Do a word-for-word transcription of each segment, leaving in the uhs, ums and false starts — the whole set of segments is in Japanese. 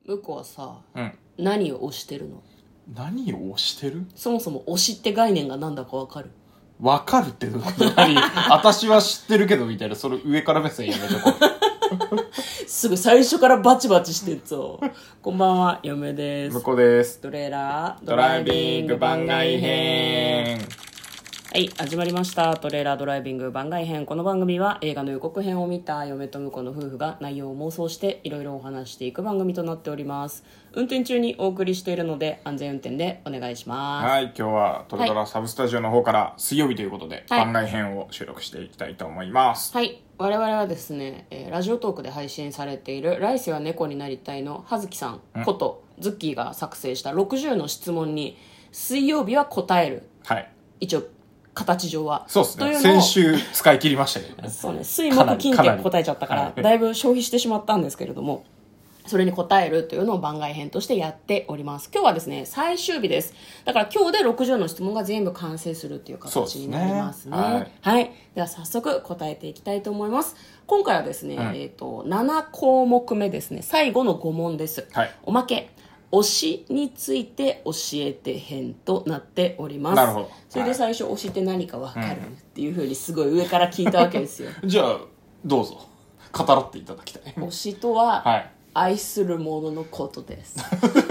向こうはさ、 うん、 何を推してるの？ 何を推してる？ そもそも推しって概念が何だか分かる？ 分かるってどういうこと？何私は知ってるけどみたいな、それ上から目線やめとこう。 すぐ最初からバチバチしてっぞ。こんばんは、嫁です。 向こうです。 トレーラードライビング番外編。 はい、始まりました。トレーラードライビング番外編。この番組は映画の予告編を見た嫁と婿の夫婦が内容を妄想していろいろお話していく番組となっております。運転中にお送りしているので安全運転でお願いします。 はい、今日はトレドラサブスタジオの方から水曜日ということで、 はい、 番外編を収録していきたいと思います。 はい、我々はですね、えー、ラジオトークで配信されている来世は猫になりたいの葉月さんことズッキーが作成したろくじゅうの質問に水曜日は答える。 はい。 一応形上はそうですね。先週使い切りましたけどね。 そうね。水木金って答えちゃったから、だいぶ消費してしまったんですけれども、それに答えるというのを番外編としてやっております。今日はですね、最終日です。だから今日でろくじゅうの質問が全部完成するっていう形になりますね。はい、はい。では早速答えていきたいと思います。今回はですね、うん、えっと、ななこうもくめですね。最後のごもんです。はい。おまけ。推しについて教えて編となっております。 なるほど。 それで最初、推しって何か分かる、うん、っていうふうにすごい上から聞いたわけですよ。 じゃあどうぞ語らっていただきたい。 推しとは、はい、愛するもののことです。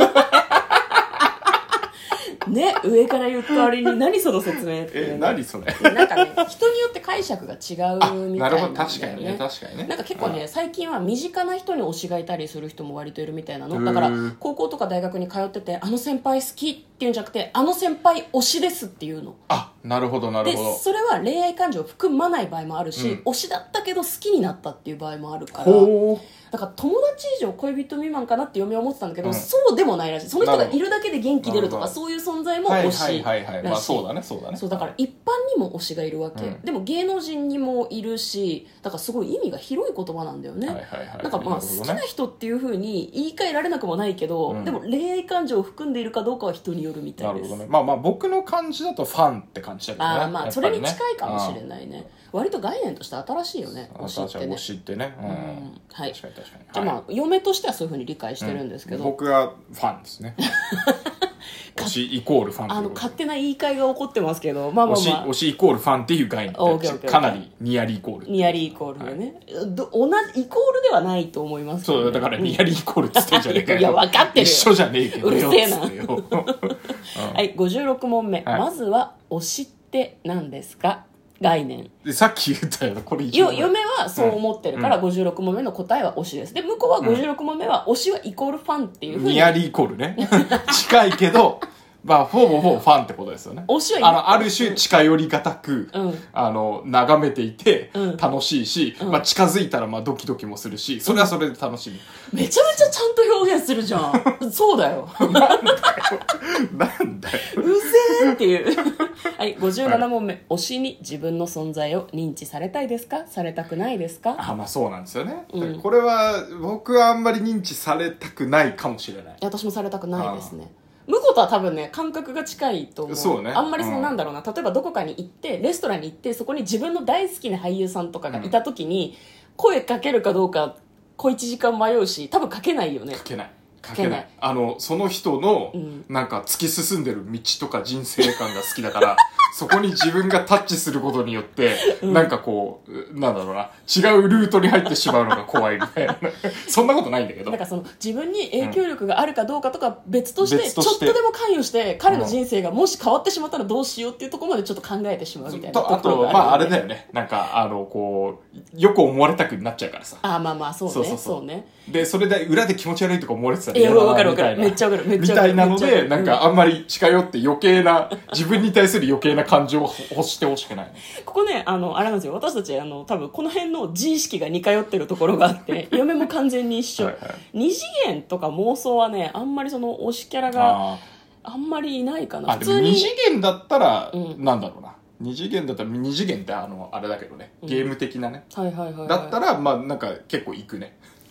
ね、上から言った割に何その説明って、ね、 え何それなんかね、人によって解釈が違うみたいなんだよね。 なるほど、確かにね、確かにね。 なんか結構ね、最近は身近な人に推しがいたりする人も割といるみたいなの。だから高校とか大学に通ってて、あの先輩好きっていうんじゃなくて、あの先輩推しですっていうの。 あ、なるほどなるほど。 でそれは恋愛感情を含まない場合もあるし、うん、推しだったけど好きになったっていう場合もあるから。 ほう。 だから友達以上恋人未満かなって嫁は思ってたんだけど、うん、そうでもないらしい。その人がいるだけで元気出るとかそういう存在も推しらしい。 はいはいはいはい、まあそうだねそうだね。 そうだから一般にも推しがいるわけ、うん、でも芸能人にもいるし、だからすごい意味が広い言葉なんだよね。はいはいはい、なんかまあ好きな人っていう風に言い換えられなくもないけど、うん、でも恋愛感情を含んでいるかどうかは人によるみたいです。 なるほどね。まあまあ僕の感じだとファンって感じだけどね。 ああまあそれに近いかもしれないね。割と概念として新しいよね、推しってね。 推しってね、うんうん、 はい、 確かに確かに。 じゃあまあ、はい、嫁としてはそういう風に理解してるんですけど、 うん、僕はファンですね。推しイコールファン。 あの勝手な言い換えが起こってますけど、まあまあまあ、推し推しイコールファンっていう概念かなりニアリーイコール、 ニアリーイコールでね、はい、ど同じイコールではないと思いますけど、ね、 そうだからニアリーイコールって言ってんじゃねえかよ。 いや分かってるよ、 一緒じゃねえけどうるせえな。 うん、 はい、ごじゅうろくもんめ、はい、まずは推しって何ですか？概念でさっき言ったよこれよ嫁はそう思ってるから、うん、ごじゅうろくもんめの答えは推しです。で向こうはごじゅうろくもんめは推しはイコールファンっていうふうに、 ニアリーイコールね。近いけどまあ、ほぼほぼファンってことですよね。 推しはあの、ある種近寄りがたく、うん、あの、眺めていて、楽しいし、うん、まあ、近づいたらまあドキドキもするし、それはそれで楽しみ。 うん、めちゃめちゃちゃんと表現するじゃん。そうだよ。 なんだよ。なんだよ。 うぜーっていう。はい、ごじゅうななもんめ。推しに自分の存在を認知されたいですか？されたくないですか？ あ、まあそうなんですよね。うん、これは、僕はあんまり認知されたくないかもしれない。 私もされたくないですね。向こうとは多分ね感覚が近いと思う。 そうね。 あんまりその、うん、なんだろうな、例えばどこかに行ってレストランに行ってそこに自分の大好きな俳優さんとかがいた時に、うん、声かけるかどうか小一時間迷うし、多分かけないよね。 かけないかけない。あのその人の、うん、なんか突き進んでる道とか人生観が好きだからそこに自分がタッチすることによって、うん、なんかこうなんだろうな、違うルートに入ってしまうのが怖いみたいな。そんなことないんだけど、 なんかその自分に影響力があるかどうかとか別として、うん、ちょっとでも関与して彼の人生がもし変わってしまったらどうしようっていうところまでちょっと考えてしまうみたいなところがある、ね、 あとまああれだよね、なんかあのこうよく思われたくなっちゃうからさ。 あまあまあそうね、そうそうそうそうね。 でそれで裏で気持ち悪いとか思われてたら嫌だなみたいな。いや分かる分かる、めっちゃ分かるめっちゃ分かるみたいなので、なんかあんまり近寄って余計な自分に対する余計な感情を欲してほしくない。 ここね、あのあれなんですよ、私たちあの多分この辺の自意識が似通ってるところがあって嫁も完全に一緒。はい、はい、二次元とか妄想はね、あんまりその推しキャラがあんまりいないかな。 あ普通に二次元だったら、うん、なんだろうな、二次元だったら二次元ってあのあれだけどね、ゲーム的なね、 うん、はいはいはい、はい、 だったらまあなんか結構いくね。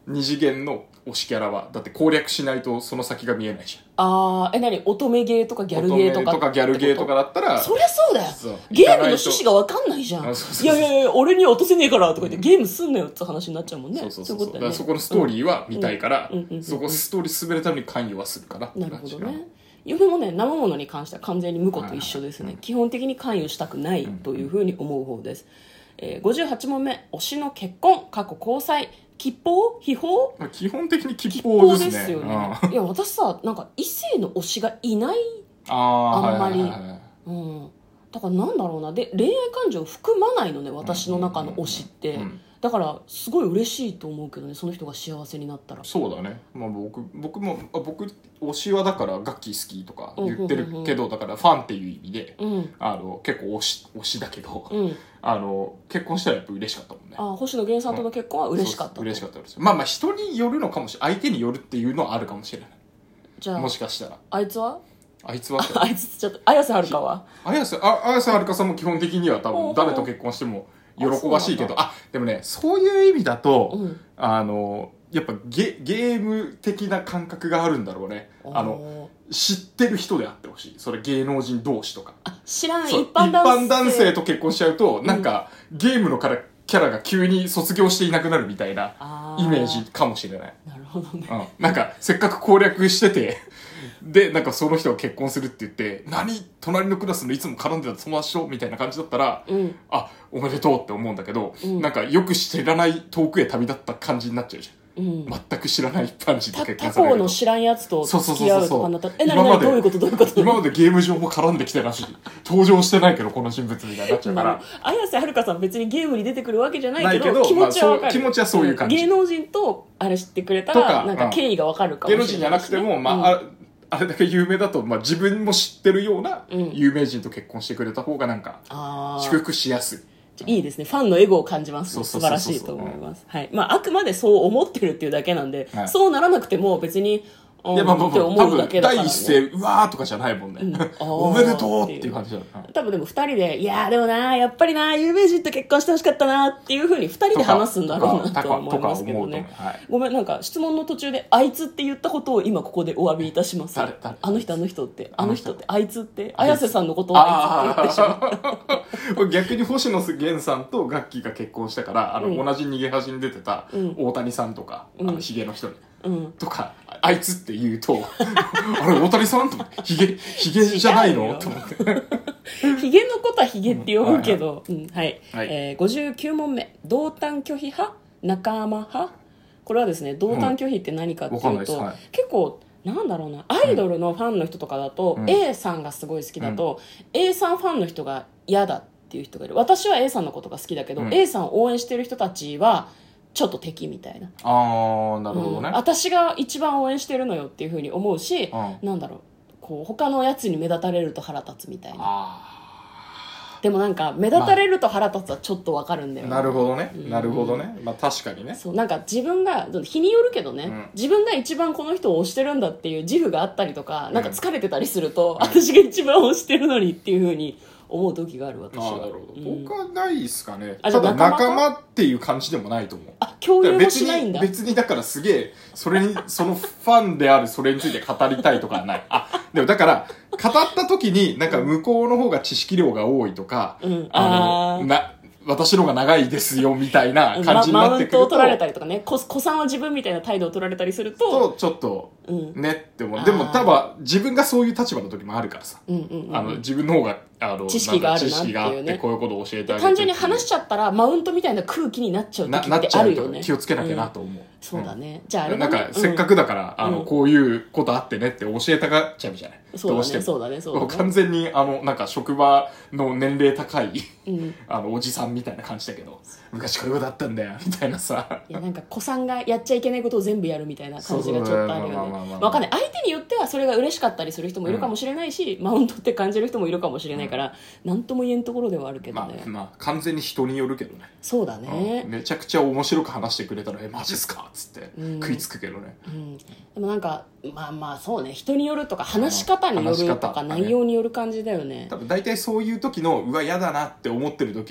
二次元の推しキャラはだって攻略しないとその先が見えないじゃん。 ああ、え、何乙女ゲーとかギャルゲーとか乙女とかギャルゲーとかだったらそりゃそうだよ。 そうゲームの趣旨が分かんないじゃん。 あそうそうそういやいやいや俺には落とせねえからとか言って、ゲームすんなよって話になっちゃうもんね。 そうそうそうそう。 いことだよね。 だからそこのストーリーは見たいから、 うんうんうんうんそこストーリー進めるために関与はするからってなる感じほどね。嫁もね、生ものに関しては完全に婿と一緒ですね、 はいはい基本的に関与したくないというふうに思う方です、えー、ごじゅうはち問目、推しの結婚過去交際吉報秘宝まあ、基本的に吉吉報報ですね。 ですよね、 うんいや私さなんか異性の推しがいない、 あーあんまりはいはいはいはいうん、だからなんだろうな、で恋愛感情を含まないのね私の中の推しって、 うんうんだからすごい嬉しいと思うけどね、その人が幸せになったら。 そうだね、まあ、僕僕もあ僕推しはだからガッキー好きとか言ってるけど、だからファンっていう意味で、 うんあの結構推し推しだけど、 うんあの結婚したらやっぱ嬉しかったもんね。 あ星野源さんとの結婚は嬉しかったと、 そう嬉しかったです。まあまあ人によるのかもしれない、相手によるっていうのはあるかもしれない。 じゃあもしかしたらあいつはあいつはあいつちょっと綾瀬はるかは綾瀬あ綾瀬はるかさんも基本的には多分ほうほう誰と結婚しても喜ばしいけど、 ああでもねそういう意味だと、 うんあのやっぱゲゲーム的な感覚があるんだろうね。あの知ってる人であってほしい、それ芸能人同士とか。 知らんそう一般男性一般男性と結婚しちゃうと、なんかゲームのからキャラが急に卒業していなくなるみたいなあーイメージかもしれない。 なるほどね、 うん、なんかせっかく攻略しててでなんかその人が結婚するって言って何隣のクラスのいつも絡んでた友達とみたいな感じだったら、 うんあおめでとうって思うんだけど、 うんなんかよく知らない遠くへ旅立った感じになっちゃうじゃん。 うん全く知らない一般人とた結婚されると他校の知らんやつとそうそう付き合そうそううとかになったらえなに今までなにどういうことどういうこと今までゲーム上も絡んできてなし登場してないけどこの人物みたいになっちゃうかまらあ綾瀬はるかさん別にゲームに出てくるわけじゃないけどないけど気持ちはわかる、 まあそう気持ちはそういう感じん芸能人とあれ知ってくれたとからなんか経緯がわかるかも芸しれないしね、 能人じゃなくても、まあうんああれだけ有名だと、まあ、自分も知ってるようなうん有名人と結婚してくれた方がなんかあー祝福しやすい。 いいですね。ファンのエゴを感じます。 そうそ素晴うそうそうらしいと思います。はい。まあ、あくまでそう思ってるっていうだけなんで、 はいそうならなくても別に、うん、 いやまあまあって多思うだ分けだから、ね。 第一声うわーとかじゃないもんね、 んあーおめでとうっていう感じだよな。 多分でも二人で、いやーでもな、やっぱりな、有名人と結婚してほしかったなっていうふうに二人で話すんだろうなとは思いますけどねとか思うと思うはい。 ごめん、なんか質問の途中で、あいつって言ったことを今ここでお詫びいたします。 誰誰あの人あの人って、ああの人の人って、あいつって、綾瀬さんのことをあいつって言ってしまう。 あ逆に星野源さんとガッキーが結婚してからあの、 うん同じ逃げ恥に出てたうん大谷さんとか、 うんあのヒゲの人に、 うん。 とかあいつって言うとあれ大谷さんと思ってヒゲヒゲじゃない違うよのと思ってヒゲのことはヒゲって呼ぶけど、うんはい、 はいえー、ごじゅうきゅう問目、同担拒否派仲間派。これはですね、同担拒否って何かっていうと、 うんわかんないですはい結構なんだろうな、アイドルのファンの人とかだと、 うん A さんがすごい好きだと、A さんファンの人が嫌だっていう人がいる。私は A さんのことが好きだけど、 うん A さんを応援してる人たちはちょっと敵みたいな、 ああなるほどね、 うん私が一番応援してるのよっていうふうに思うし、 うんなんだろう、こう他のやつに目立たれると腹立つみたいな。 あでもなんか目立たれると腹立つはちょっとわかるんだよあね、 なるほどね、 うんなるほどね、まあ確かにね。 そうなんか自分が日によるけどね、 うん自分が一番この人を推してるんだっていう自負があったりとか、なんか疲れてたりすると、私が一番推してるのにっていうふうに思う時がある私は。 ああなるほど、 うん僕はないですかね。 あじゃあただ仲間仲間っていう感じでもないと思う。 あ共有も別しないんだ。 に別にだからすげえそれにそのファンであるそれについて語りたいとかはない。あでもだから語った時になんか向こうの方が知識量が多いとか、 うんああーのな私の方が長いですよみたいな感じにまマウンなってくると、 トを取られたりとかね、子子さんは自分みたいな態度を取られたりすると、 とちょっとうんねって思う。 あーでも多分自分がそういう立場の時もあるからさ、 うんうんうん、 あの自分の方があの知識があるな知識があってっていうねこういうことを教えてあげて単純に話しちちゃったらマウントみたいな空気になっちゃうな時ってなっちゃうとあるよね。 気をつけなきゃなとうん思う。 そうだね。じゃああれなんだねかせっかくだから、あのうんこういうことあってねって教えたがっちゃうじゃない。 そうだねどうしてもそうだねそうだね完全にあのなんか職場の年齢高いうんあのおじさんみたいな感じだけど、昔こういうことあったんだよみたいなさ。 いやなんか子さんがやっちゃいけないことを全部やるみたいな感じがちょっとあるそうそうまあまあよまあまあね。わかんない。相手によってはそれが嬉しかったりする人もいるかもしれないし、マウントって感じる人もいるかもしれないから、なんとも言えんところではあるけどまね。 あまあ完全に人によるけどね。 そうだね。 うんめちゃくちゃ面白く話してくれたら「えマジっすか?」っつってうん食いつくけどね。 うん、でもなんかまあまあそうね、人によるとか話し方によ話しるとか方とかね内容による感じだよね。 多分大体そういう時のうわ嫌だなって思ってる時は大体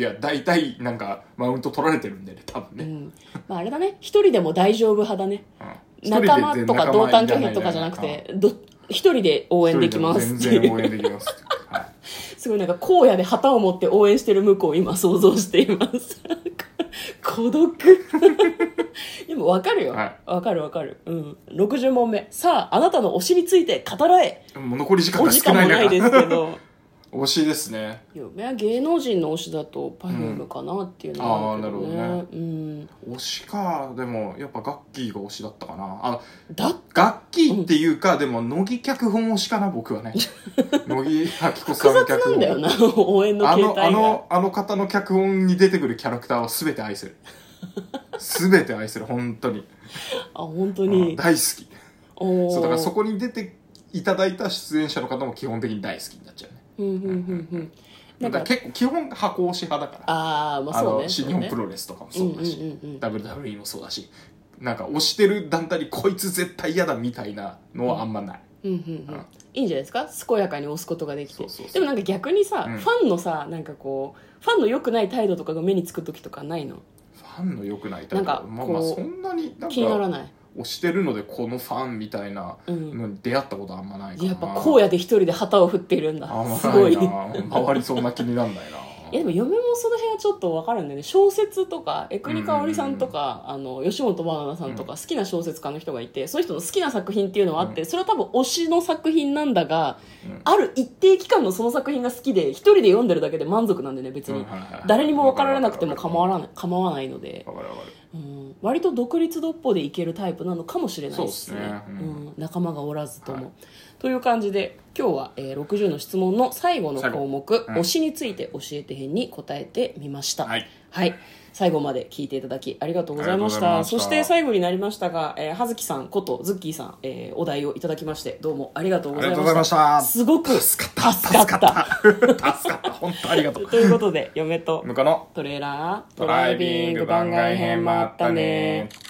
体なんかマウント取られてるんでね多分ね、 うんまあ、あれだね一人でも大丈夫派だね、 うん、 仲間とか同担拒否とかじゃなくてど一人で応援できますっていう全然応援できますはい、 すごいなんか荒野で旗を持って応援してる向こうを今想像しています孤独でも分かるよ、はい、分かる分かる、うん、ろくじゅう問目さああなたの推しについて語らえもう残り時間が少ない中お時間もないですけど推しですね嫁は芸能人の推しだとパフュームかなっていうのはあるけどね、うん、ああなるほどね、 うん、推しかでもやっぱガッキーが推しだったかなあだガッキーっていうか、うん、でも乃木脚本推しかな僕はね乃木明子さんの脚本複雑なんだよな応援の形態があのあのあの方の脚本に出てくるキャラクターは全て愛する全て愛する本当にあ本当に、 うん、大好きそうだからそこに出ていただいた出演者の方も基本的に大好きになっちゃうねうんうんうんうんなんか結構基本箱推し派だからああまあそうねあの新日本プロレスとかもそうだし、うんうんうんうん、ダブリューダブリューイー もそうだしなんか推してる団体にこいつ絶対嫌だみたいなのはあんまない、 うんうんうんうん、いいんじゃないですか健やかに推すことができてそうそうそうでもなんか逆にさ、うん、ファンのさなんかこうファンの良くない態度とかが目につく時とかないのファンの良くない態度なんかまあまあそんなになんか気にならない推してるのでこのファンみたいなのに出会ったことあんまないかな、 やっぱ荒野で一人で旗を振っているんだあんまないなすごい回りそうな気になんないないやでも嫁もその辺はちょっと分かるんだよね小説とか江国香織さんとか、うんうんうん、あの吉本ばななさんとか好きな小説家の人がいて、うん、その人の好きな作品っていうのはあって、うん、それは多分推しの作品なんだが、うん、ある一定期間のその作品が好きで一人で読んでるだけで満足なんでね別に、うんはいはい、誰にも分かられなくても構わない構わないので分かる分かるうん、割と独立独歩でいけるタイプなのかもしれないですね、 そうですね、うんうん、仲間がおらずとも、 はい、 という感じで今日は、えー、ろくじゅうの質問の最後の項目、 うん、 推しについて教えて編に答えてみました、 はい、 はい、最後まで聞いていただきありがとうございました。そして最後になりましたが、えー、葉月さんことズッキーさん、えー、お題をいただきましてどうもありがとうございました。 ありがとうございました。 すごく助かった助かった助かった本当ありがとうということで嫁と向こうのトレーラードライビング番外編もあったね。